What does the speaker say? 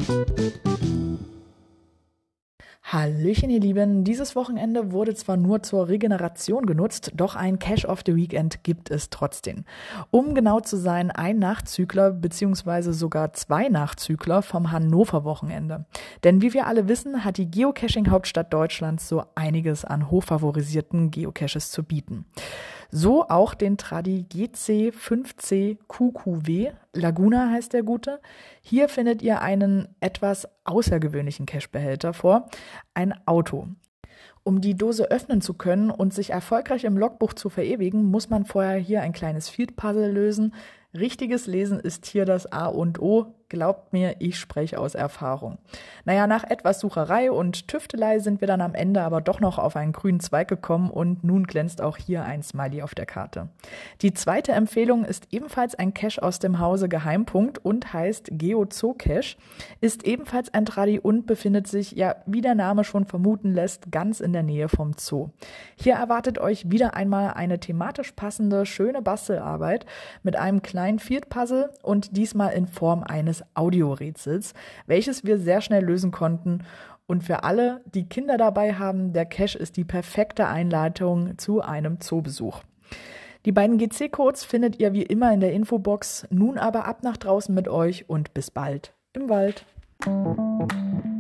Hallöchen, ihr Lieben. Dieses Wochenende wurde zwar nur zur Regeneration genutzt, doch ein Cash of the Weekend gibt es trotzdem. Um genau zu sein, ein Nachzügler bzw. sogar 2 Nachzügler vom Hannover-Wochenende. Denn wie wir alle wissen, hat die Geocaching-Hauptstadt Deutschlands so einiges an hochfavorisierten Geocaches zu bieten. So auch den Tradi GC5C QQW, Laguna heißt der gute. Hier findet ihr einen etwas außergewöhnlichen Cache-Behälter vor, ein Auto. Um die Dose öffnen zu können und sich erfolgreich im Logbuch zu verewigen, muss man vorher hier ein kleines Field-Puzzle lösen. Richtiges Lesen ist hier das A und O. Glaubt mir, ich spreche aus Erfahrung. Naja, nach etwas Sucherei und Tüftelei sind wir dann am Ende aber doch noch auf einen grünen Zweig gekommen und nun glänzt auch hier ein Smiley auf der Karte. Die zweite Empfehlung ist ebenfalls ein Cache aus dem Hause Geheimpunkt und heißt GeoZoo-Cache, ist ebenfalls ein Tradi und befindet sich, ja, wie der Name schon vermuten lässt, ganz in der Nähe vom Zoo. Hier erwartet euch wieder einmal eine thematisch passende, schöne Bastelarbeit mit einem kleinen Field-Puzzle und diesmal in Form eines Audiorätsels, welches wir sehr schnell lösen konnten. Und für alle, die Kinder dabei haben, der Cache ist die perfekte Einleitung zu einem Zoobesuch. Die beiden GC-Codes findet ihr wie immer in der Infobox. Nun aber ab nach draußen mit euch und bis bald im Wald.